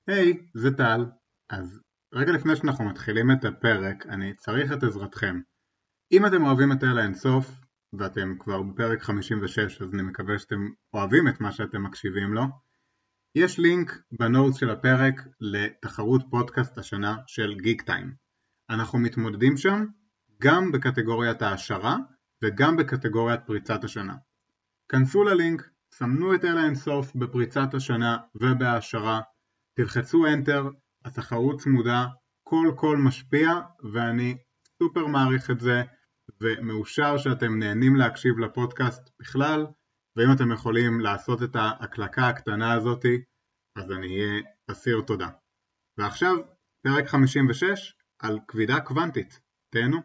היי, זה טל. אז רגע לפני שאנחנו מתחילים את הפרק, אני צריך את עזרתכם. אם אתם אוהבים את אלה אינסוף, ואתם כבר בפרק 56, אז אני מקווה שאתם אוהבים את מה שאתם מקשיבים לו, יש לינק בנוטס של הפרק לתחרות פודקאסט השנה של גיק טיים. אנחנו מתמודדים שם גם בקטגוריית העשרה וגם בקטגוריית פריצת השנה. כנסו ללינק, סמנו את אלה אינסוף בפריצת השנה ובהעשרה, תלחצו Enter, התחרות צמודה, כל קול משפיע, ואני סופר מעריך את זה, ומאושר שאתם נהנים להקשיב לפודקאסט בכלל, ואם אתם יכולים לעשות את ההקלקה הקטנה הזאת, אז אני אהיה אסיר תודה. ועכשיו, פרק 56 על כבידה קוונטית. תהנו.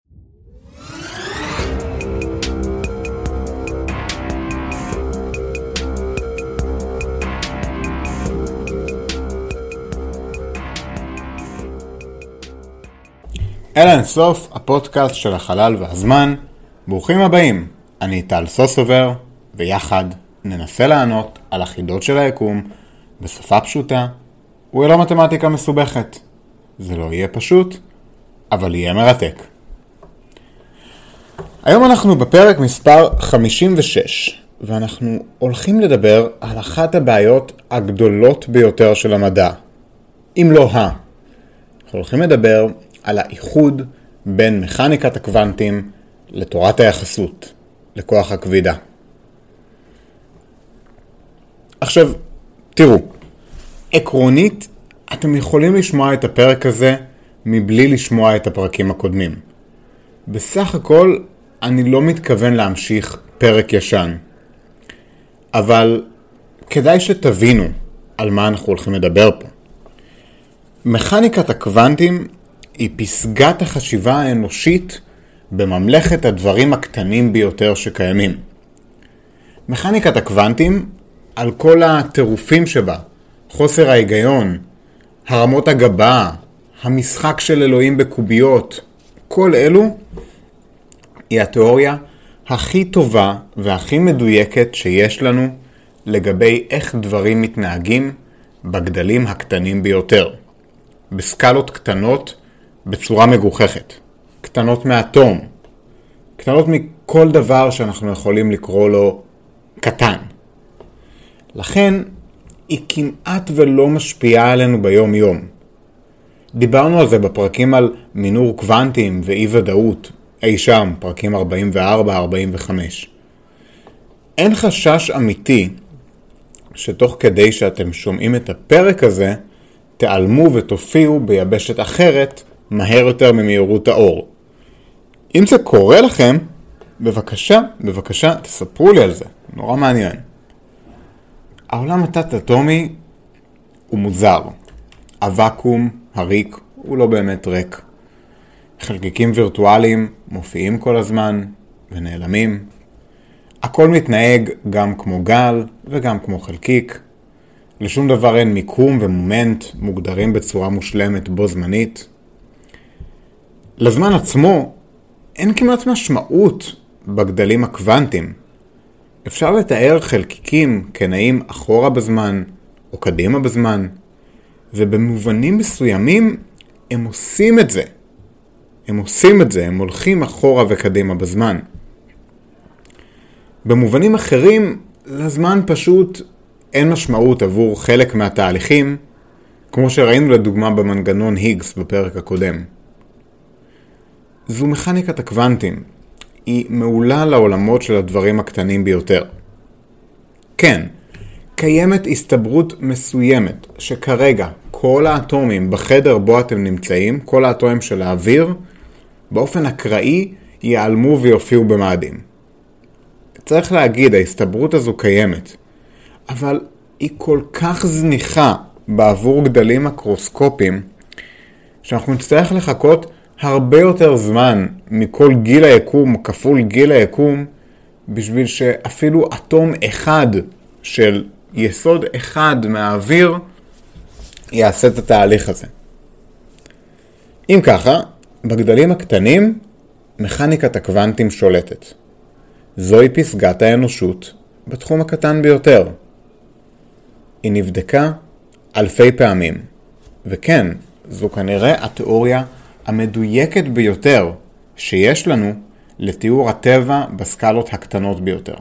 אלה אינסוף, הפודקאסט של החלל והזמן. ברוכים הבאים, אני טל סוסובר, ויחד ננסה לענות על החידות של היקום בשפה פשוטה וללא מתמטיקה מסובכת. זה לא יהיה פשוט, אבל יהיה מרתק. היום אנחנו בפרק מספר 56, ואנחנו הולכים לדבר על אחת הבעיות הגדולות ביותר של המדע, אם לא אנחנו הולכים לדבר על האיחוד בין מכניקת הקוונטים לתורת היחסות, לכוח הכבידה. עכשיו, תראו, עקרונית, אתם יכולים לשמוע את הפרק הזה מבלי לשמוע את הפרקים הקודמים. בסך הכל, אני לא מתכוון להמשיך פרק ישן. אבל כדאי שתבינו על מה אנחנו הולכים לדבר פה. מכניקת הקוונטים היא פסגת החשיבה האנושית בממלכת הדברים הקטנים ביותר שקיימים. מכניקת הקוונטים, על כל הטירופים שבה, חוסר ההיגיון, הרמות הגבה, המשחק של אלוהים בקוביות, כל אלו היא התיאוריה הכי טובה והכי מדויקת שיש לנו לגבי איך דברים מתנהגים בגדלים הקטנים ביותר. בסקלות קטנות בצורה מגוחכת. קטנות מאטום. קטנות מכל דבר שאנחנו יכולים לקרוא לו קטן. לכן היא כמעט ולא משפיעה עלינו ביום יום. דיברנו על זה בפרקים על מינור קוונטים ואי ודאות, אי שם, פרקים 44-45. אין חשש אמיתי שתוך כדי שאתם שומעים את הפרק הזה, תיעלמו ותופיעו ביבשת אחרת מהר יותר ממהירות האור. אם זה קורה לכם, בבקשה, תספרו לי על זה. נורא מעניין. העולם התת-אטומי הוא מוזר. הוואקום, הריק, הוא לא באמת ריק. חלקיקים וירטואליים מופיעים כל הזמן ונעלמים. הכל מתנהג גם כמו גל וגם כמו חלקיק. לשום דבר אין מיקום ומומנט מוגדרים בצורה מושלמת בו זמנית. לזמן עצמו אין כמעט משמעות בגדלים הקוונטיים. אפשר לתאר חלקיקים כנעים אחורה בזמן או קדימה בזמן, ובמובנים מסוימים הם עושים את זה. הם הולכים אחורה וקדימה בזמן. במובנים אחרים, לזמן פשוט אין משמעות עבור חלק מהתהליכים, כמו שראינו לדוגמה במנגנון היגס בפרק הקודם. זו מכניקת הקוונטים. היא מעולה לעולמות של הדברים הקטנים ביותר. כן, קיימת הסתברות מסוימת שכרגע כל האטומים בחדר בו אתם נמצאים, כל האטומים של האוויר, באופן אקראי ייעלמו ויופיעו במאדים. צריך להגיד, ההסתברות הזו קיימת, אבל היא כל כך זניחה בעבור גדלים מקרוסקופיים, שאנחנו נצטרך לחכות הרבה יותר זמן מכל גיל היקום כפול גיל היקום, בשביל שאפילו אטום אחד של יסוד אחד מהאוויר יעשה את התהליך הזה. אם ככה, בגדלים הקטנים מכניקת הקוונטים שולטת. זוהי פסגת האנושות בתחום הקטן ביותר. היא נבדקה אלפי פעמים. וכן, זו כנראה התיאוריה המדויקת ביותר שיש לנו לתיאור הטבע בסקלות הקטנות ביותר.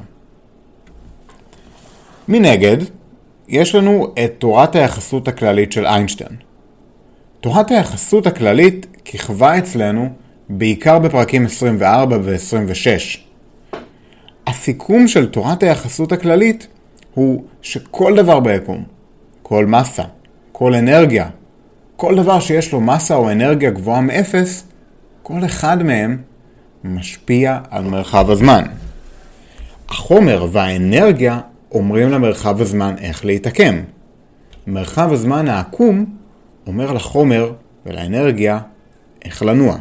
מנגד, יש לנו את תורת היחסות הכללית של איינשטיין. תורת היחסות הכללית כיכבה אצלנו בעיקר בפרקים 24 ו-26. הסיכום של תורת היחסות הכללית הוא שכל דבר ביקום, כל מסה, כל אנרגיה, כל דבר שיש לו מסה או אנרגיה גבוהה מאפס, כל אחד מהם משפיע על מרחב הזמן. החומר והאנרגיה אומרים למרחב הזמן איך להתעקם. מרחב הזמן העקום אומר לחומר ולאנרגיה איך לנוע.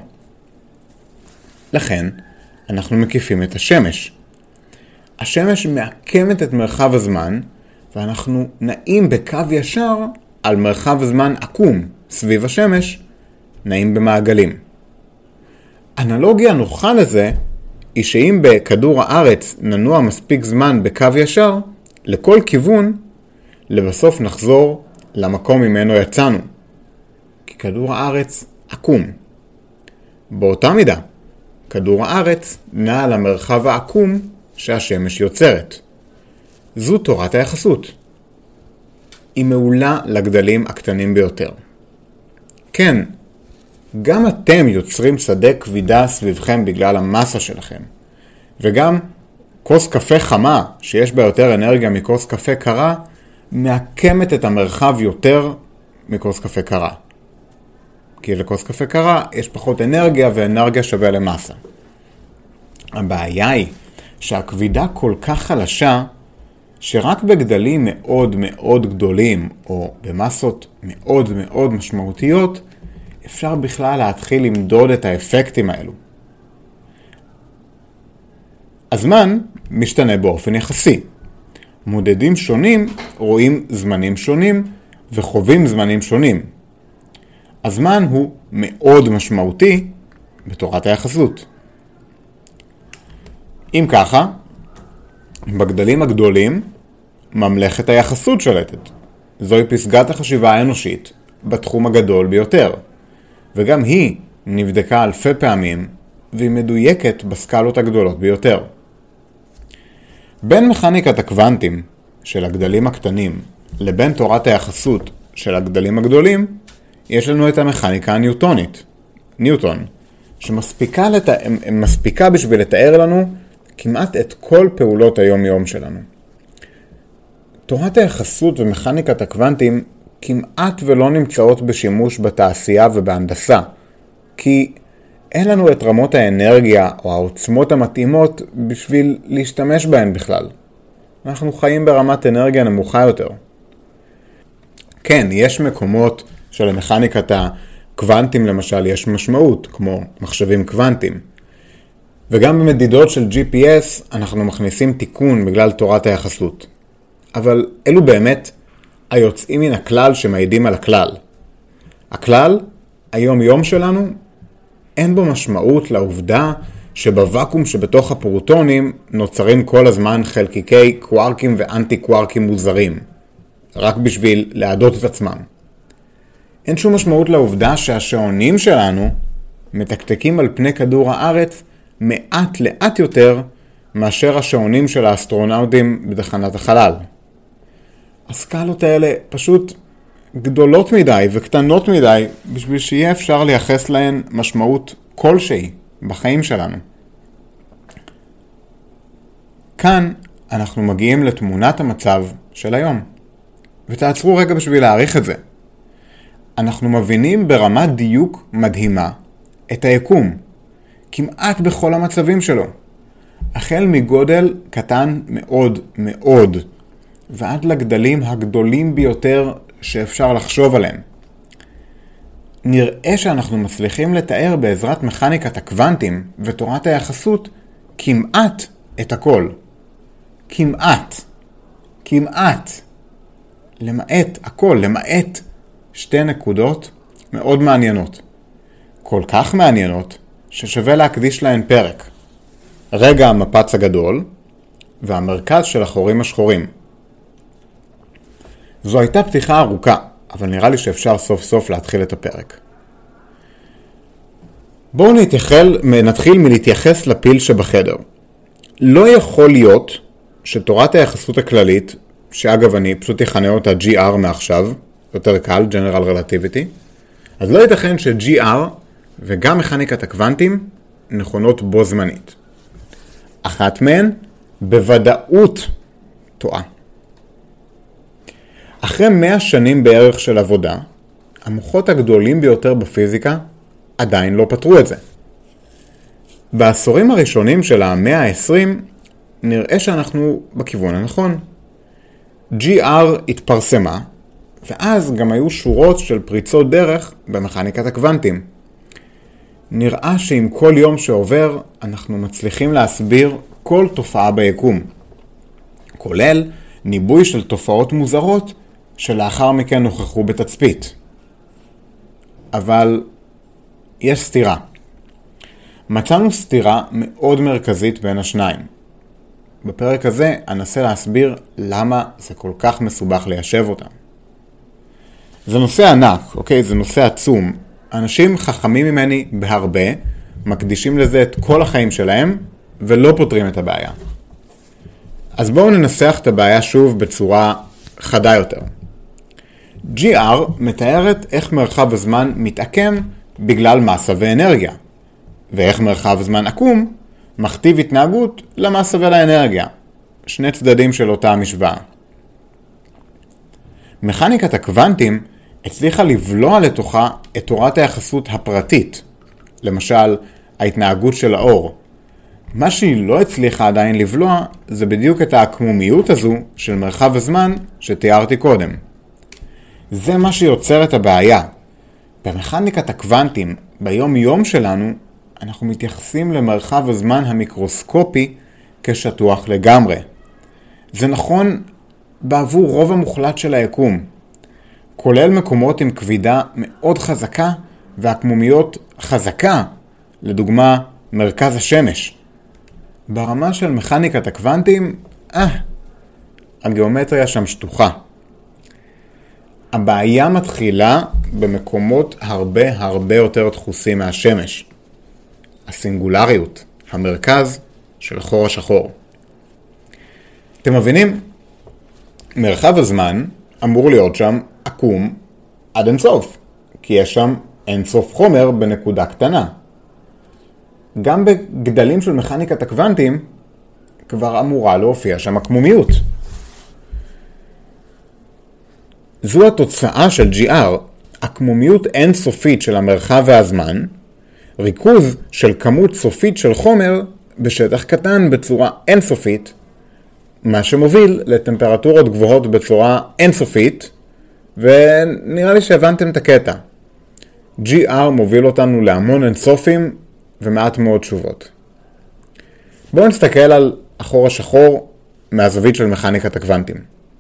לכן, אנחנו מקיפים את השמש. השמש מעקמת את מרחב הזמן, ואנחנו נעים בקו ישר על מרחב זמן עקום סביב השמש, נעים במעגלים. אנלוגיה נוחה לזה היא שאם בכדור הארץ ננוע מספיק זמן בקו ישר, לכל כיוון, לבסוף נחזור למקום ממנו יצאנו. כי כדור הארץ עקום. באותה מידה, כדור הארץ נע על המרחב העקום שהשמש יוצרת. זו תורת היחסות. היא מעולה לגדלים הקטנים ביותר. כן, גם אתם יוצרים שדה כבידה סביבכם בגלל המסה שלכם. וגם כוס קפה חמה, שיש בה יותר אנרגיה מכוס קפה קרה, מעקמת את המרחב יותר מכוס קפה קרה. כי לכוס קפה קרה יש פחות אנרגיה, ואנרגיה שווה למסה. הבעיה היא שהכבידה כל כך חלשה, שרק בגדלים מאוד מאוד גדולים, או במסות מאוד מאוד משמעותיות, אפשר בכלל להתחיל למדוד את האפקטים האלו. הזמן משתנה באופן יחסי. מודדים שונים רואים זמנים שונים וחווים זמנים שונים. הזמן הוא מאוד משמעותי בתורת היחסות. אם ככה, בגדלים הגדולים ממלכת היחסות שלטת. זוהי פסגת החשיבה האנושית בתחום הגדול ביותר. וגם היא נבדקה אלפי פעמים והיא מדויקת בסקלות הגדולות ביותר. בין מכניקת הקוונטים של הגדלים הקטנים לבין תורת היחסות של הגדלים הגדולים, יש לנו את המכניקה הניוטונית, ניוטון, שמספיקה בשביל לתאר לנו כמעט את כל פעולות היום-יום שלנו. תורת היחסות ומכניקת הקוונטים כמעט ולא נמצאות בשימוש בתעשייה ובהנדסה, כי אין לנו את רמות האנרגיה או העוצמות המתאימות בשביל להשתמש בהן בכלל. אנחנו חיים ברמת אנרגיה נמוכה יותר. כן, יש מקומות שלמכניקת הקוונטים למשל יש משמעות, כמו מחשבים קוונטיים. וגם במדידות של GPS אנחנו מכניסים תיקון בגלל תורת היחסות. אבל אלו באמת היוצאים מן הכלל שמעידים על הכלל. הכלל, היום-יום שלנו, אין בו משמעות לעובדה שבוואקום שבתוך הפרוטונים נוצרים כל הזמן חלקיקי קווארקים ואנטי קווארקים מוזרים, רק בשביל להדות את עצמם. אין שום משמעות לעובדה שהשעונים שלנו מתקתקים על פני כדור הארץ מעט לאט יותר מאשר השעונים של האסטרונאוטים בתחנת החלל. הסקלות האלה פשוט גדולות מדי וקטנות מדי בשביל שיהיה אפשר לייחס להן משמעות כלשהי בחיים שלנו. כאן אנחנו מגיעים לתמונת המצב של היום. ותעצרו רגע בשביל להעריך את זה. אנחנו מבינים ברמת דיוק מדהימה את היקום, כמעט בכל המצבים שלו. החל מגודל קטן מאוד מאוד, ועד לגדלים הגדולים ביותר שאפשר לחשוב עליהם. נראה שאנחנו מצליחים לתאר בעזרת מכניקת הקוונטים ותורת היחסות כמעט את הכל. כמעט. למעט הכל, למעט שתי נקודות מאוד מעניינות. כל כך מעניינות ששווה להקדיש להן פרק. רגע המפץ הגדול והמרכז של החורים השחורים. זו הייתה פתיחה ארוכה, אבל נראה לי שאפשר סוף סוף להתחיל את הפרק. בואו נתחיל מלהתייחס לפיל שבחדר. לא יכול להיות שתורת היחסות הכללית, שאגב אני פשוט אכנה אותה GR מעכשיו, יותר קל, General Relativity, אז לא ייתכן ש-GR וגם מכניקת הקוונטים נכונות בו זמנית. אחת מהן בוודאות טועה. אחרי 100 שנים בערך של עבודה, המוחות הגדולים ביותר בפיזיקה עדיין לא פתרו את זה. בעשורים הראשונים של המאה ה-20 נראה שאנחנו בכיוון הנכון. GR התפרסמה, ואז גם היו שורות של פריצות דרך במכניקת הקוונטים. נראה שעם כל יום שעובר אנחנו מצליחים להסביר כל תופעה ביקום, כולל ניבוי של תופעות מוזרות שלאחר מכן נוכחו בתצפית. אבל יש סתירה. מצאנו סתירה מאוד מרכזית בין השניים. בפרק הזה אנסה להסביר למה זה כל כך מסובך ליישב אותם. זה נושא ענק, אוקיי? זה נושא עצום. אנשים חכמים ממני בהרבה, מקדישים לזה את כל החיים שלהם, ולא פותרים את הבעיה. אז בואו ננסח את הבעיה שוב בצורה חדה יותר. GR מתארת איך מרחב הזמן מתעקם בגלל מסה ואנרגיה, ואיך מרחב זמן עקום מכתיב התנהגות למסה ולאנרגיה, שני צדדים של אותה המשוואה. מכניקת הקוונטים הצליחה לבלוע לתוכה את תורת היחסות הפרטית, למשל ההתנהגות של האור. מה שהיא לא הצליחה עדיין לבלוע זה בדיוק את העקמומיות הזו של מרחב הזמן שתיארתי קודם. זה מה שיוצר את הבעיה. במכניקת הקוונטים, ביום יום שלנו, אנחנו מתייחסים למרחב הזמן המיקרוסקופי כשטוח לגמרי. זה נכון בעבור רוב המוחלט של היקום, כולל מקומות עם כבידה מאוד חזקה ועקמומיות חזקה, לדוגמה מרכז השמש. ברמה של מכניקת הקוונטים, הגיאומטריה שם שטוחה. הבעיה מתחילה במקומות הרבה יותר דחוסים מהשמש. הסינגולריות, המרכז של החור השחור. אתם מבינים? מרחב הזמן אמור להיות שם עקום עד אינסוף, כי יש שם אינסוף חומר בנקודה קטנה. גם בגדלים של מכניקת הקוונטים כבר אמורה להופיע שם עקמומיות. זו התוצאה של GR, עקמומיות אינסופית של המרחב והזמן, ריכוז של כמות סופית של חומר בשטח קטן בצורה אינסופית, מה שמוביל לטמפרטורות גבוהות בצורה אינסופית, ונראה לי שהבנתם את הקטע. GR מוביל אותנו להמון אינסופים ומעט מאוד תשובות. בואו נסתכל על החור השחור מהזווית של מכניקת הקוונטים.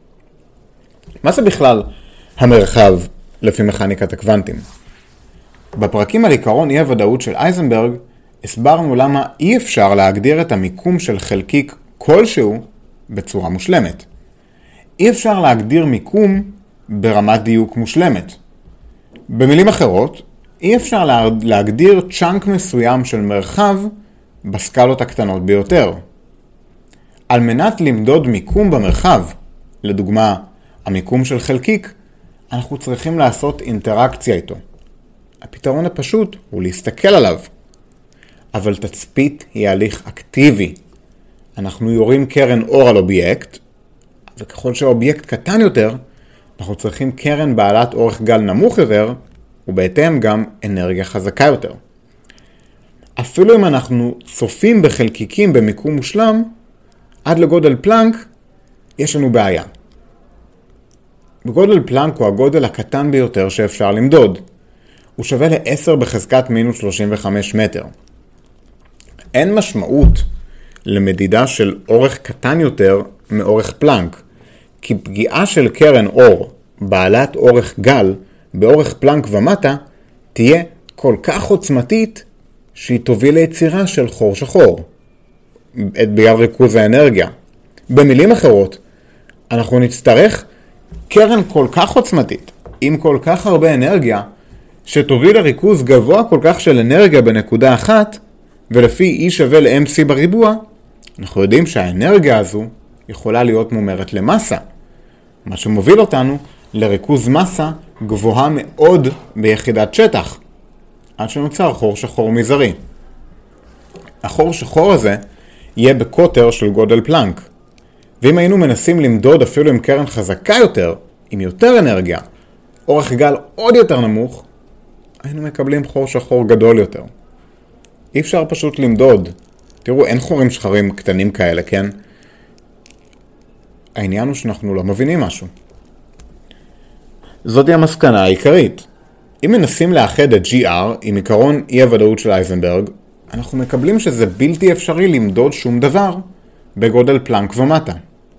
מה זה בכלל המרחב לפי מכניקת הקוונטים? בפרקים על עיקרון אי הוודאות של אייזנברג הסברנו למה אי אפשר להגדיר את המיקום של חלקיק כלשהו בצורה מושלמת. אי אפשר להגדיר מיקום ברמת דיוק מושלמת. במילים אחרות, אי אפשר להגדיר צ'אנק מסוים של מרחב בסקלות הקטנות ביותר. על מנת למדוד מיקום במרחב, לדוגמה המיקום של חלקיק, אנחנו צריכים לעשות אינטראקציה איתו. הפתרון הפשוט הוא להסתכל עליו. אבל תצפית היא הליך אקטיבי. אנחנו יורים קרן אור על אובייקט, וככל שהאובייקט קטן יותר, אנחנו צריכים קרן בעלת אורך גל נמוך יותר, ובהתאם גם אנרגיה חזקה יותר. אפילו אם אנחנו צופים בחלקיקים במיקום מושלם, עד לגודל פלנק יש לנו בעיה. בגודל פלנק הוא הגודל הקטן ביותר שאפשר למדוד. הוא שווה ל-10 בחזקת מינוס 35 מטר. אין משמעות למדידה של אורך קטן יותר מאורך פלנק, כי פגיעה של קרן אור בעלת אורך גל באורך פלנק ומטה תהיה כל כך עוצמתית שהיא תוביל ליצירה של חור שחור, בגלל ריכוז האנרגיה. במילים אחרות, אנחנו נצטרך קרן כל כך עוצמתית עם כל כך הרבה אנרגיה, שתוביל לריכוז גבוה כל כך של אנרגיה בנקודה אחת, ולפי E שווה ל-MC בריבוע, אנחנו יודעים שהאנרגיה הזו יכולה להיות מומרת למסה, מה שמוביל אותנו לריכוז מסה גבוהה מאוד ביחידת שטח, עד שנוצר חור שחור מזערי. החור שחור הזה יהיה בקוטר של גודל פלנק, ואם היינו מנסים למדוד אפילו עם קרן חזקה יותר, עם יותר אנרגיה, אורך גל עוד יותר נמוך, היינו מקבלים חור שחור גדול יותר. אי אפשר פשוט למדוד. תראו, אין חורים שחרים קטנים כאלה, כן? העניין הוא שאנחנו לא מבינים משהו. זאת היא המסקנה העיקרית. אם מנסים לאחד את GR עם עיקרון אי הוודאות של אייזנברג, אנחנו מקבלים שזה בלתי אפשרי למדוד שום דבר בגודל פלנק ומטה.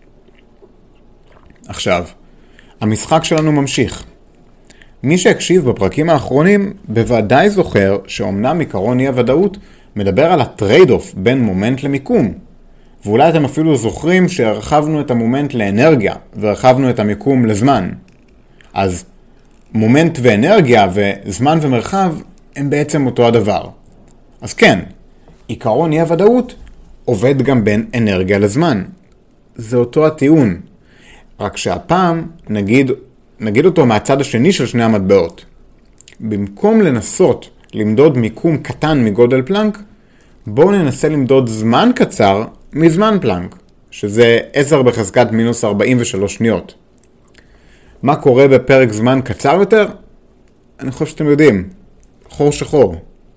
עכשיו, המשחק שלנו ממשיך. מי שהקשיב בפרקים האחרונים בוודאי זוכר שאומנם עיקרון אי הוודאות מדבר על הטרייד-אוף בין מומנט למיקום. ואולי אתם אפילו זוכרים שהרחבנו את המומנט לאנרגיה והרחבנו את המיקום לזמן. אז מומנט ואנרגיה וזמן ומרחב הם בעצם אותו הדבר. אז כן, עיקרון אי הוודאות עובד גם בין אנרגיה לזמן. זה אותו הטיעון. רק שהפעם נגיד אותו מהצד השני של שני המטבעות. במקום לנסות למדוד מיקום קטן מגודל פלנק, בואו ננסה למדוד זמן קצר מזמן פלנק, שזה 10 בחזקת מינוס 43 שניות. מה קורה בפרק זמן קצר יותר? אני חושב שאתם יודעים, חור שחור.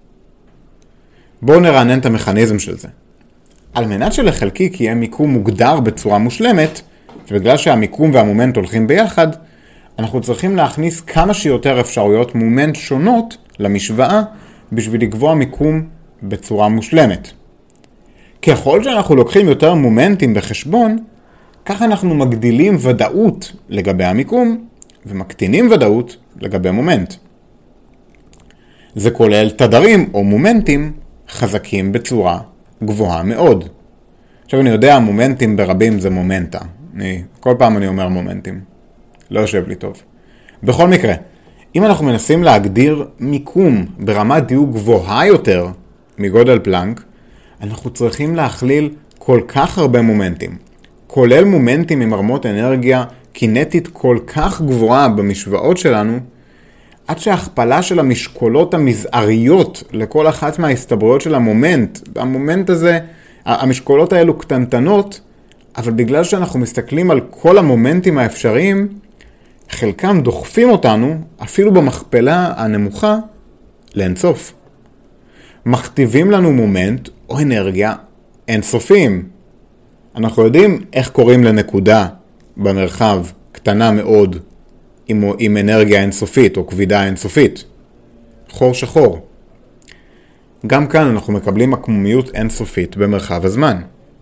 בואו נרענן את המכניזם של זה. על מנת שלחלקיק יהיה מיקום מוגדר בצורה מושלמת, ובגלל שהמיקום והמומנט הולכים ביחד, אנחנו צריכים להכניס כמה שיותר אפשרויות מומנט שונות למשוואה בשביל לקבוע מיקום בצורה מושלמת. ככל שאנחנו לוקחים יותר מומנטים בחשבון, ככה אנחנו מגדילים ודאות לגבי המיקום ומקטינים ודאות לגבי מומנט. זה כולל תדרים או מומנטים חזקים בצורה גבוהה מאוד. עכשיו אני יודע, מומנטים ברבים זה מומנטה. כל פעם אני אומר מומנטים. לא יושב לי טוב. בכל מקרה, אם אנחנו מנסים להגדיר מיקום ברמת דיוק גבוהה יותר מגודל פלנק, אנחנו צריכים להכליל כל כך הרבה מומנטים, כולל מומנטים עם רמות אנרגיה קינטית כל כך גבוהה במשוואות שלנו, עד שההכפלה של המשקולות המזעריות לכל אחת מההסתברויות של המומנט, והמומנט הזה, המשקולות האלו קטנטנות, אבל בגלל שאנחנו מסתכלים על כל המומנטים האפשריים, חלקם דוחפים אותנו, אפילו במכפלה הנמוכה, לאינסוף. מכתיבים לנו מומנט או אנרגיה אינסופיים. אנחנו יודעים איך קוראים לנקודה במרחב קטנה מאוד עם אנרגיה אינסופית או כבידה אינסופית. חור שחור. גם כאן אנחנו מקבלים עקמומיות אינסופית במרחב הזמן.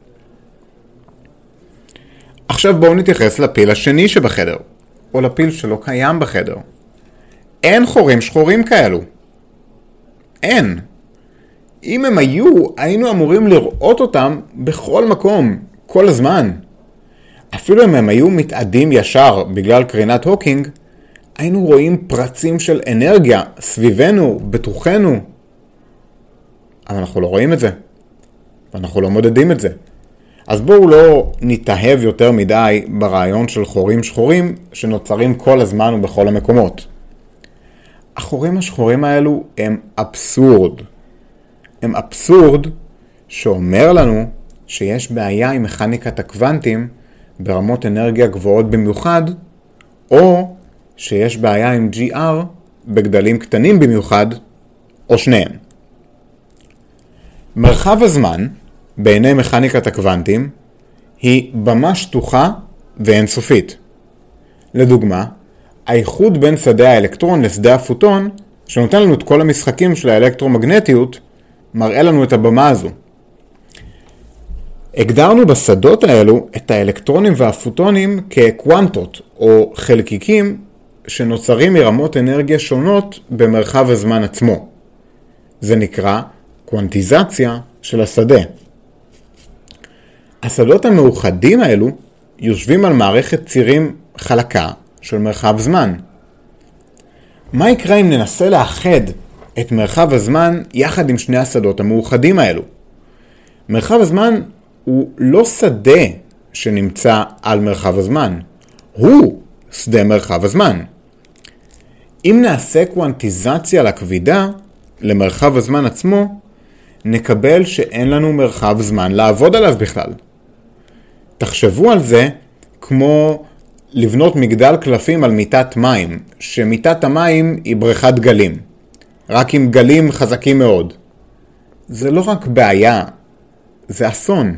עכשיו בואו נתייחס לפיל השני שבחדר, או לפיל שלא קיים בחדר. אין חורים שחורים כאלו. אין. אם הם היינו אמורים לראות אותם בכל מקום, כל הזמן. אפילו אם הם היו מתאדים ישר בגלל קרינת הוקינג, היינו רואים פרצים של אנרגיה סביבנו, בתוכנו. אבל אנחנו לא רואים את זה. ואנחנו לא מודדים את זה. אז בואו לא נתאהב יותר מדי ברעיון של חורים שחורים שנוצרים כל הזמן ובכל המקומות. החורים השחורים האלו הם אבסורד. הם אבסורד שאומר לנו שיש בעיה עם מכניקת הקוונטים ברמות אנרגיה גבוהות במיוחד, או שיש בעיה עם GR בגדלים קטנים במיוחד, או שניהם. מרחב הזמן בעיני מכניקת הקוונטים היא במה שטוחה ואינסופית. לדוגמה, האיחוד בין שדה האלקטרון לשדה הפוטון, שנותן לנו את כל המשחקים של האלקטרומגנטיות, מראה לנו את הבמה הזו. הגדרנו בשדות האלו את האלקטרונים והפוטונים כקוונטות או חלקיקים שנוצרים מרמות אנרגיה שונות במרחב הזמן עצמו. זה נקרא קוונטיזציה של השדה. השדות המאוחדים האלו יושבים על מערכת צירים חלקה של מרחב זמן. מה יקרה אם ננסה לאחד את מרחב הזמן יחד עם שני השדות המאוחדים האלו? מרחב הזמן הוא לא שדה שנמצא על מרחב הזמן, הוא שדה מרחב הזמן. אם נעשה קוונטיזציה לכבידה, למרחב הזמן עצמו, נקבל שאין לנו מרחב זמן לעבוד עליו בכלל. תחשבו על זה כמו לבנות מגדל קלפים על מיטת מים, שמיטת המים היא בריכת גלים, רק עם גלים חזקים מאוד. זה לא רק בעיה, זה אסון.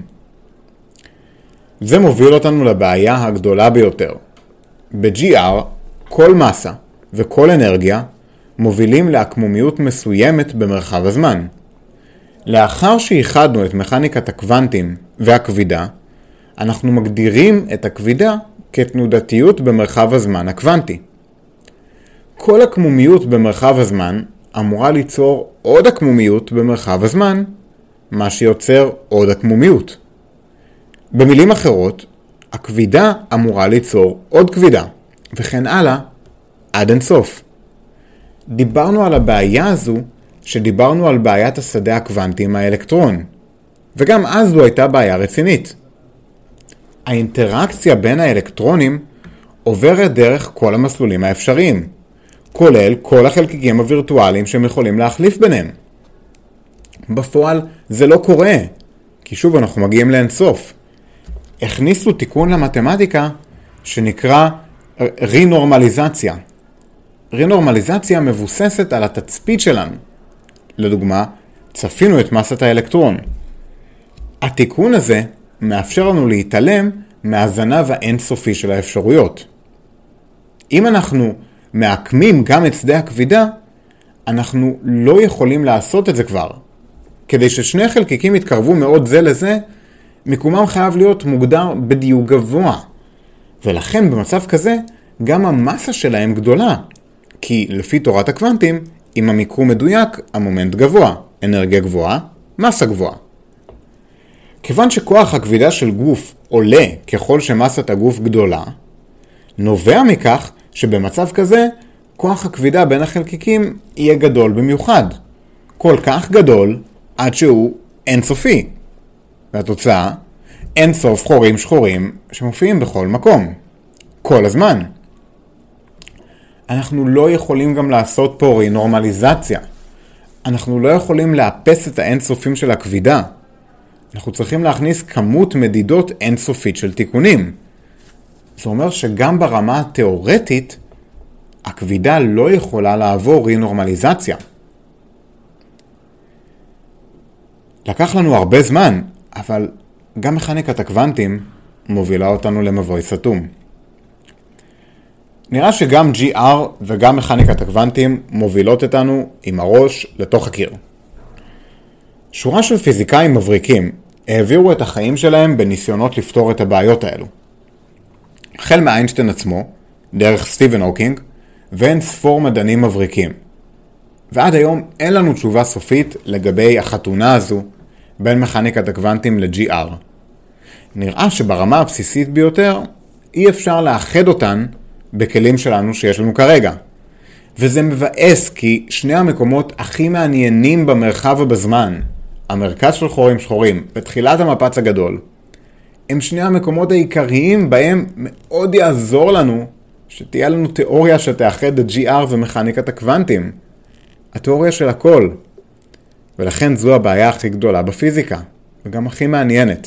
זה מוביל אותנו לבעיה הגדולה ביותר. ב-GR, כל מסה וכל אנרגיה מובילים לעקמומיות מסוימת במרחב הזמן. לאחר שאיחדנו את מכניקת הקוונטים והכבידה, אנחנו מגדירים את הכבידה כתנודתיות במרחב הזמן הקוונטי. כל עקמומיות במרחב הזמן אמורה ליצור עוד עקמומיות במרחב הזמן, מה שיוצר עוד עקמומיות. במילים אחרות, הכבידה אמורה ליצור עוד כבידה, וכן הלאה, עד אינסוף. דיברנו על הבעיה הזו שדיברנו על בעיית השדה הקוונטי עם האלקטרון, וגם אז זו הייתה בעיה רצינית. האינטראקציה בין האלקטרונים עוברת דרך כל המסלולים האפשריים, כולל כל החלקיקים הווירטואליים שהם יכולים להחליף ביניהם. בפועל זה לא קורה, כי שוב אנחנו מגיעים לאינסוף. הכניסו תיקון למתמטיקה שנקרא רינורמליזציה. רינורמליזציה מבוססת על התצפית שלנו. לדוגמה, צפינו את מסת האלקטרון. התיקון הזה מאפשר לנו להתעלם מהזנב האינסופי של האפשרויות. אם אנחנו מעקמים גם את שדה הכבידה, אנחנו לא יכולים לעשות את זה כבר. כדי ששני חלקיקים יתקרבו מאוד זה לזה, מיקומם חייב להיות מוגדר בדיוק גבוה. ולכן במצב כזה, גם המסה שלהם גדולה. כי לפי תורת הקוונטים, אם המיקום מדויק, המומנט גבוה, אנרגיה גבוהה, מסה גבוהה. כיוון שכוח הכבידה של גוף עולה ככל שמסת הגוף גדולה, נובע מכך שבמצב כזה, כוח הכבידה בין החלקיקים יהיה גדול במיוחד. כל כך גדול עד שהוא אינסופי. והתוצאה, אינסוף חורים שחורים שמופיעים בכל מקום. כל הזמן. אנחנו לא יכולים גם לעשות פה רינורמליזציה. אנחנו לא יכולים לאפס את האינסופים של הכבידה. אנחנו צריכים להכניס כמות מדידות אינסופית של תיקונים. זה אומר שגם ברמה התיאורטית, הכבידה לא יכולה לעבור רינורמליזציה. לקח לנו הרבה זמן, אבל גם מכניקת הקוונטים מובילה אותנו למבוי סתום. נראה שגם GR וגם מכניקת הקוונטים מובילות אותנו עם הראש לתוך הקיר. שורה של פיזיקאים מבריקים העבירו את החיים שלהם בניסיונות לפתור את הבעיות האלו. החל מאיינשטיין עצמו, דרך סטיבן הוקינג, ואין ספור מדענים מבריקים. ועד היום אין לנו תשובה סופית לגבי החתונה הזו בין מכניקת הקוונטים ל-GR. נראה שברמה הבסיסית ביותר אי אפשר לאחד אותן בכלים שלנו שיש לנו כרגע. וזה מבאס כי שני המקומות הכי מעניינים במרחב ובזמן, המרכז של חורים שחורים ותחילת המפץ הגדול, הם שני המקומות העיקריים בהם מאוד יעזור לנו שתהיה לנו תיאוריה שתאחד את GR ומכניקת הקוונטים. התיאוריה של הכל. ולכן זו הבעיה הכי גדולה בפיזיקה, וגם הכי מעניינת.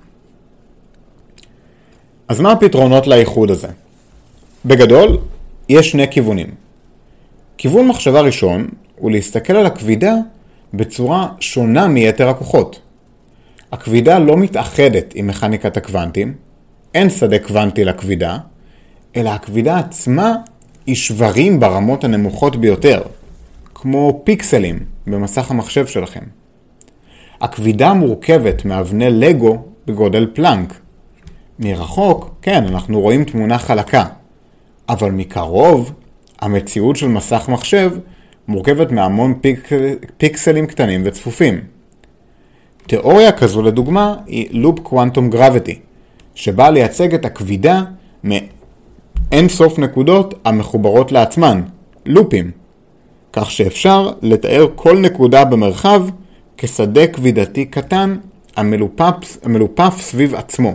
אז מה הפתרונות לאיחוד הזה? בגדול, יש שני כיוונים. כיוון מחשבה ראשון הוא להסתכל על הכבידה בצורה שונה מיתר הכוחות. הכבידה לא מתאחדת עם מכניקת הקוונטים, אין שדה קוונטי לכבידה, אלא הכבידה עצמה היא שברים ברמות הנמוכות ביותר, כמו פיקסלים במסך המחשב שלכם. הכבידה מורכבת מאבני לגו בגודל פלנק. מרחוק, כן, אנחנו רואים תמונה חלקה, אבל מקרוב, המציאות של מסך מחשב מורכבת מהמון פיקסלים קטנים וצפופים. תיאוריה כזו לדוגמה היא לופ קוונטום גרביטי, שבאה לייצג את הכבידה מאין סוף נקודות המחוברות לעצמן, לופים, כך שאפשר לתאר כל נקודה במרחב כשדה כבידתי קטן המלופף סביב עצמו.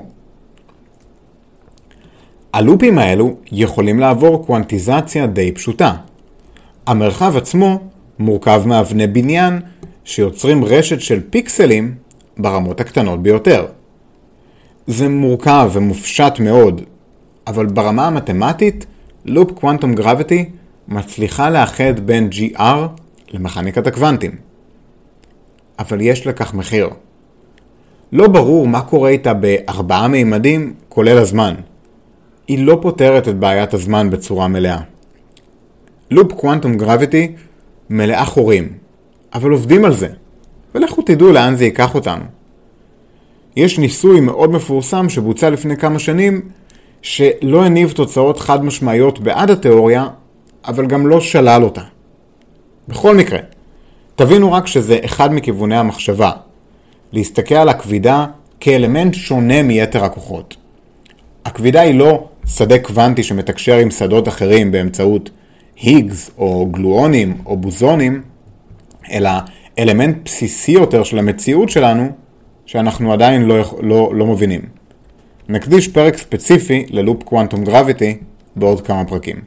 הלופים האלו יכולים לעבור קוונטיזציה די פשוטה. המרחב עצמו מורכב מאבני בניין שיוצרים רשת של פיקסלים ברמות הקטנות ביותר. זה מורכב ומופשט מאוד, אבל ברמה המתמטית, לופ קוונטום גרביטי מצליחה לאחד בין GR למכניקת הקוונטים. אבל יש לכך מחיר. לא ברור מה קורה איתה ב4 מימדים, כולל הזמן. היא לא פותרת את בעיית הזמן בצורה מלאה. לופ קוונטום גרביטי מלאה חורים, אבל עובדים על זה, ולכו תדעו לאן זה ייקח אותנו. יש ניסוי מאוד מפורסם שבוצע לפני כמה שנים, שלא הניב תוצאות חד משמעיות בעד התיאוריה, אבל גם לא שלל אותה. בכל מקרה, תבינו רק שזה אחד מכיווני המחשבה, להסתכל על הכבידה כאלמנט שונה מיתר הכוחות. הכבידה היא לא שדה קוונטי שמתקשר עם שדות אחרים באמצעות היגס או גלואונים או בוזונים, אלא אלמנט בסיסי יותר של המציאות שלנו שאנחנו עדיין לא מבינים. נקדיש פרק ספציפי ללופ קוונטום גרביטי בעוד כמה פרקים.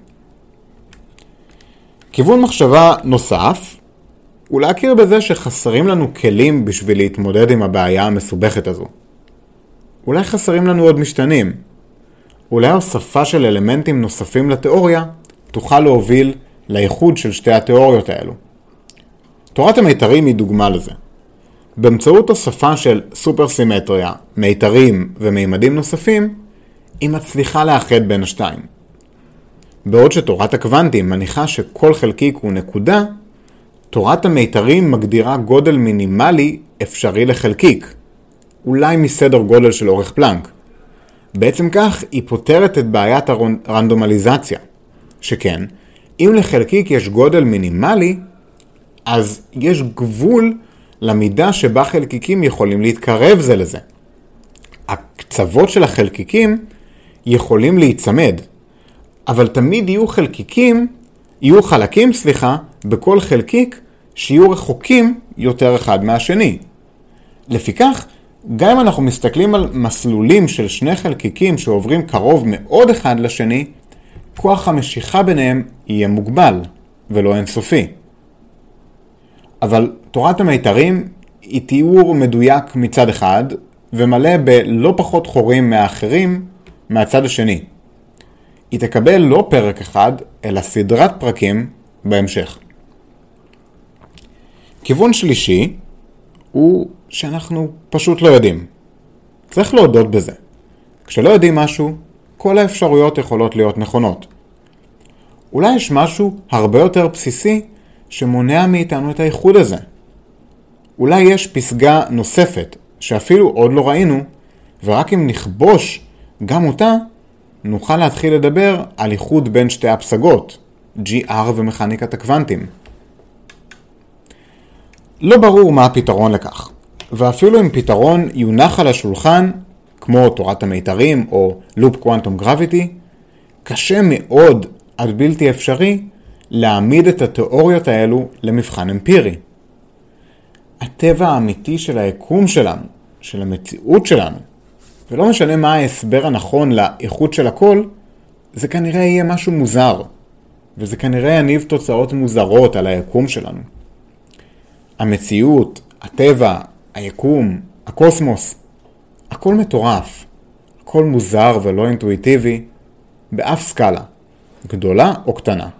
כיוון מחשבה נוסף הוא להכיר בזה שחסרים לנו כלים בשביל להתמודד עם הבעיה המסובכת הזו. אולי חסרים לנו עוד משתנים. אולי הוספה של אלמנטים נוספים לתיאוריה תוכל להוביל לאיחוד של שתי התיאוריות האלו. תורת המיתרים היא דוגמה לזה. באמצעות הוספה של סופרסימטריה, מיתרים ומימדים נוספים, היא מצליחה לאחד בין השתיים. בעוד שתורת הקוונטים מניחה שכל חלקיק הוא נקודה, תורת המיתרים מגדירה גודל מינימלי אפשרי לחלקיק, אולי מסדר גודל של אורך פלנק. בעצם כך היא פותרת את בעיית הרנדומליזציה, שכן, אם לחלקיק יש גודל מינימלי, אז יש גבול למידה שבה חלקיקים יכולים להתקרב זה לזה. הקצוות של החלקיקים יכולים להיצמד, אבל תמיד יהיו חלקים בכל חלקיק שיהיו רחוקים יותר אחד מהשני. לפיכך, גם אם אנחנו מסתכלים על מסלולים של שני חלקיקים שעוברים קרוב מאוד אחד לשני, כוח המשיכה ביניהם יהיה מוגבל ולא אינסופי. אבל תורת המיתרים היא תיאור מדויק מצד אחד ומלא בלא פחות חורים מהאחרים מהצד השני. היא תקבל לא פרק אחד אלא סדרת פרקים בהמשך. כיוון שלישי הוא שאנחנו פשוט לא יודעים. צריך להודות בזה. כשלא יודעים משהו, כל האפשרויות יכולות להיות נכונות. אולי יש משהו הרבה יותר בסיסי שמונע מאיתנו את האיחוד הזה. אולי יש פסגה נוספת שאפילו עוד לא ראינו, ורק אם נכבוש גם אותה, נוכל להתחיל לדבר על איחוד בין שתי הפסגות, GR ומכניקת הקוונטים. לא ברור מה הפתרון לכך, ואפילו אם פתרון יונח על השולחן, כמו תורת המיתרים או לופ קוונטום גרביטי, קשה מאוד עד בלתי אפשרי להעמיד את התיאוריות האלו למבחן אמפירי. הטבע האמיתי של היקום שלנו, של המציאות שלנו, ולא משנה מה ההסבר הנכון לאיכות של הכל, זה כנראה יהיה משהו מוזר, וזה כנראה יניב תוצאות מוזרות על היקום שלנו. המציאות, הטבע, היקום, הקוסמוס, הכל מטורף, הכל מוזר ולא אינטואיטיבי, באף סקאלה, גדולה או קטנה.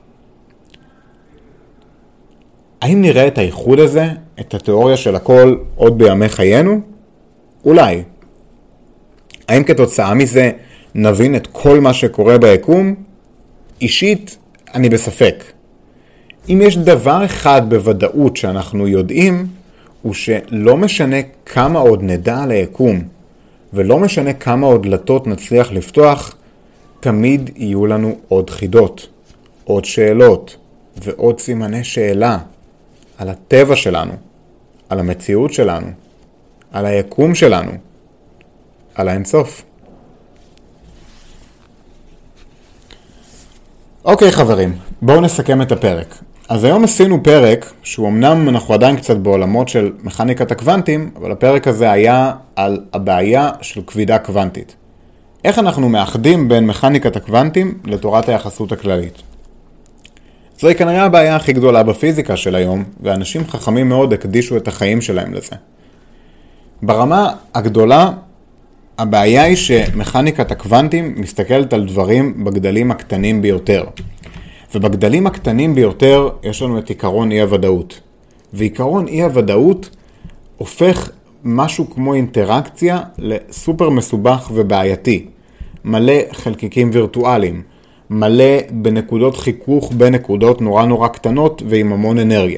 האם נראה את האיחוד הזה, את התיאוריה של הכל, עוד בימי חיינו? אולי. האם כתוצאה מזה נבין את כל מה שקורה ביקום? אישית, אני בספק. אם יש דבר אחד בוודאות שאנחנו יודעים, הוא שלא משנה כמה עוד נדע על היקום, ולא משנה כמה עוד דלתות נצליח לפתוח, תמיד יהיו לנו עוד חידות, עוד שאלות ועוד סימני שאלה על הטבע שלנו, על המציאות שלנו, על היקום שלנו, על האינסוף. אוקיי חברים, בואו נסכם את הפרק. אז היום עשינו פרק, שהוא אמנם אנחנו עדיין קצת בעולמות של מכניקת הקוונטים, אבל הפרק הזה היה על הבעיה של כבידה קוונטית. איך אנחנו מאחדים בין מכניקת הקוונטים לתורת היחסות הכללית. זוהי כנראה הבעיה הכי גדולה בפיזיקה של היום, ואנשים חכמים מאוד הקדישו את החיים שלהם לזה. ברמה הגדולה, הבעיה היא שמכניקת הקוונטים מסתכלת על דברים בגדלים הקטנים ביותר. ובגדלים הקטנים ביותר יש לנו את עיקרון אי-הוודאות. ועיקרון אי-הוודאות הופך משהו כמו אינטראקציה לסופר מסובך ובעייתי. מלא חלקיקים וירטואליים, מלא בנקודות חיכוך בין נקודות נורא קטנות ועם המון אנרגיה.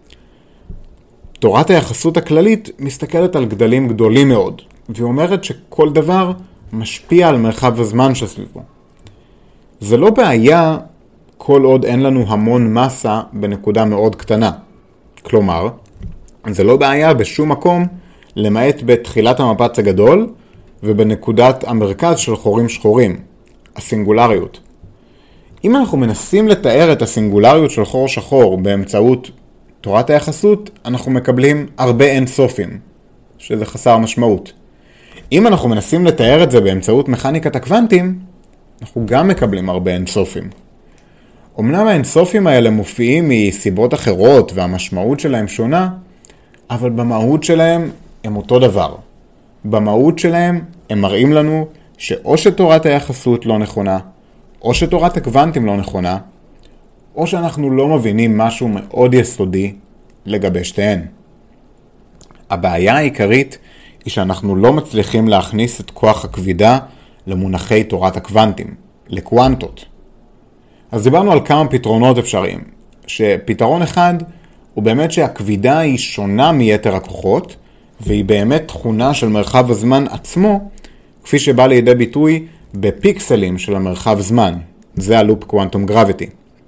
תורת היחסות הכללית מסתכלת על גדלים גדולים מאוד, והיא אומרת שכל דבר משפיע על מרחב הזמן שסביבו. זה לא בעיה כל עוד אין לנו המון מסה בנקודה מאוד קטנה. כלומר, זה לא בעיה בשום מקום למעט בתחילת המפץ הגדול ובנקודת המרכז של חורים שחורים, הסינגולריות. אם אנחנו מנסים לתאר את הסינגולריות של חור שחור באמצעות תורת היחסות, אנחנו מקבלים הרבה אינסופים, שזה חסר משמעות. אם אנחנו מנסים לתאר את זה באמצעות מכניקת הקוונטים, אנחנו גם מקבלים הרבה אינסופים. אמנם האינסופים האלה מופיעים מסיבות אחרות והמשמעות שלהם שונה, אבל במהות שלהם הם אותו דבר. במהות שלהם הם מראים לנו שאו שתורת היחסות לא נכונה, או שתורת הקוונטים לא נכונה, או שאנחנו לא מבינים משהו מאוד יסודי לגבי שתיהן. הבעיה העיקרית היא שאנחנו לא מצליחים להכניס את כוח הכבידה למונחי תורת הקוונטים, לקוונטות. אז דיברנו על כמה פתרונות אפשריים, שפתרון אחד הוא באמת שהכבידה היא שונה מיתר הכוחות, והיא באמת תכונה של מרחב הזמן עצמו, כפי שבא לידי ביטוי בפיקסלים של המרחב זמן. זה הלופ קוונטום גרביטי.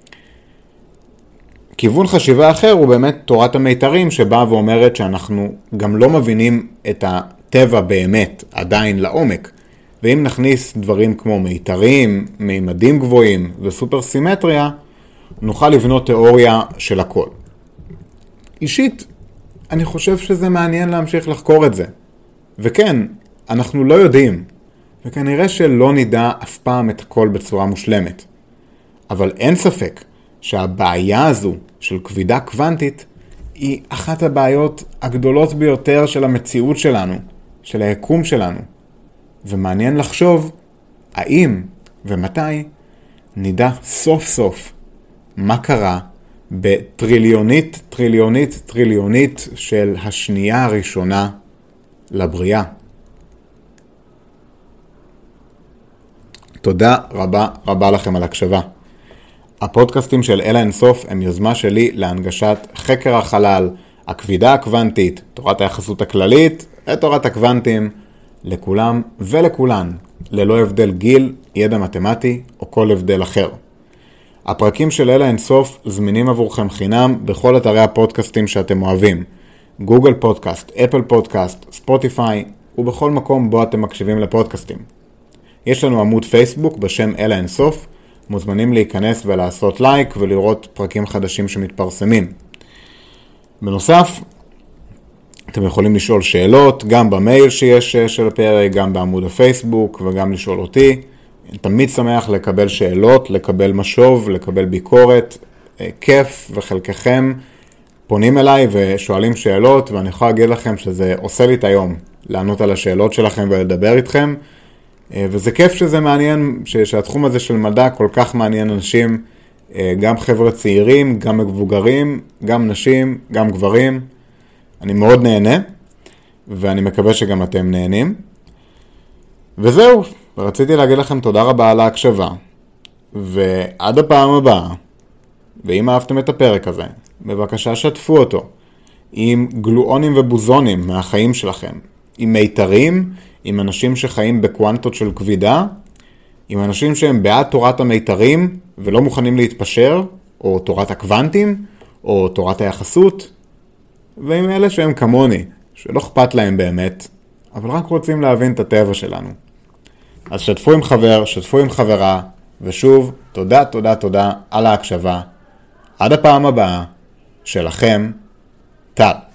כיוון חשיבה אחר הוא באמת תורת המיתרים, שבאה ואומרת שאנחנו גם לא מבינים את הטבע באמת עדיין לעומק. ואם נכניס דברים כמו מיתרים, מימדים גבוהים וסופר סימטריה, נוכל לבנות תיאוריה של הכל. אישית, אני חושב שזה מעניין להמשיך לחקור את זה. וכן, אנחנו לא יודעים, וכנראה שלא נדע אף פעם את הכל בצורה מושלמת. אבל אין ספק שהבעיה הזו של כבידה קוונטית היא אחת הבעיות הגדולות ביותר של המציאות שלנו, של היקום שלנו. ומעניין לחשוב האם ומתי נדע סוף סוף מה קרה בטריליונית של השנייה הראשונה לבריאה. תודה רבה לכם על הקשבה. הפודקאסטים של אל האינסוף הם יוזמה שלי להנגשת חקר החלל, הכבידה הקוונטית, תורת היחסות הכללית ותורת הקוונטים, לכולם ולכולן, ללא הבדל גיל, ידע מתמטי או כל הבדל אחר. הפרקים של אל האינסוף זמינים עבורכם חינם בכל אתרי הפודקאסטים שאתם אוהבים. גוגל פודקאסט, אפל פודקאסט, ספוטיפיי ובכל מקום בו אתם מקשיבים לפודקאסטים. יש לנו עמוד פייסבוק בשם אל האינסוף, מוזמנים להיכנס ולעשות לייק ולראות פרקים חדשים שמתפרסמים. בנוסף, אתם יכולים לשאול שאלות, גם במייל שיש של הפרק, גם בעמוד הפייסבוק וגם לשאול אותי. אני תמיד שמח לקבל שאלות, לקבל משוב, לקבל ביקורת, כיף, וחלקכם פונים אליי ושואלים שאלות, ואני יכול להגיד לכם שזה עושה לי את היום לענות על השאלות שלכם ולדבר איתכם, וזה כיף שזה מעניין, שהתחום הזה של מדע כל כך מעניין אנשים, גם חבר'ה צעירים, גם מבוגרים, גם נשים, גם גברים. אני מאוד נהנה, ואני מקווה שגם אתם נהנים. וזהו, רציתי להגיד לכם תודה רבה על ההקשבה, ועד הפעם הבאה, ואם אהבתם את הפרק הזה, בבקשה שתפו אותו, עם גלואונים ובוזונים מהחיים שלכם, עם מיתרים, עם אנשים שחיים בקוונטות של כבידה, עם אנשים שהם בעד תורת המיתרים ולא מוכנים להתפשר, או תורת הקוונטים, או תורת היחסות, ועם אלה שהם כמוני, שלא אכפת להם באמת, אבל רק רוצים להבין את הטבע שלנו. אז שתפו עם חבר, שתפו עם חברה, ושוב, תודה, תודה, תודה על ההקשבה. עד הפעם הבאה, שלכם, טל.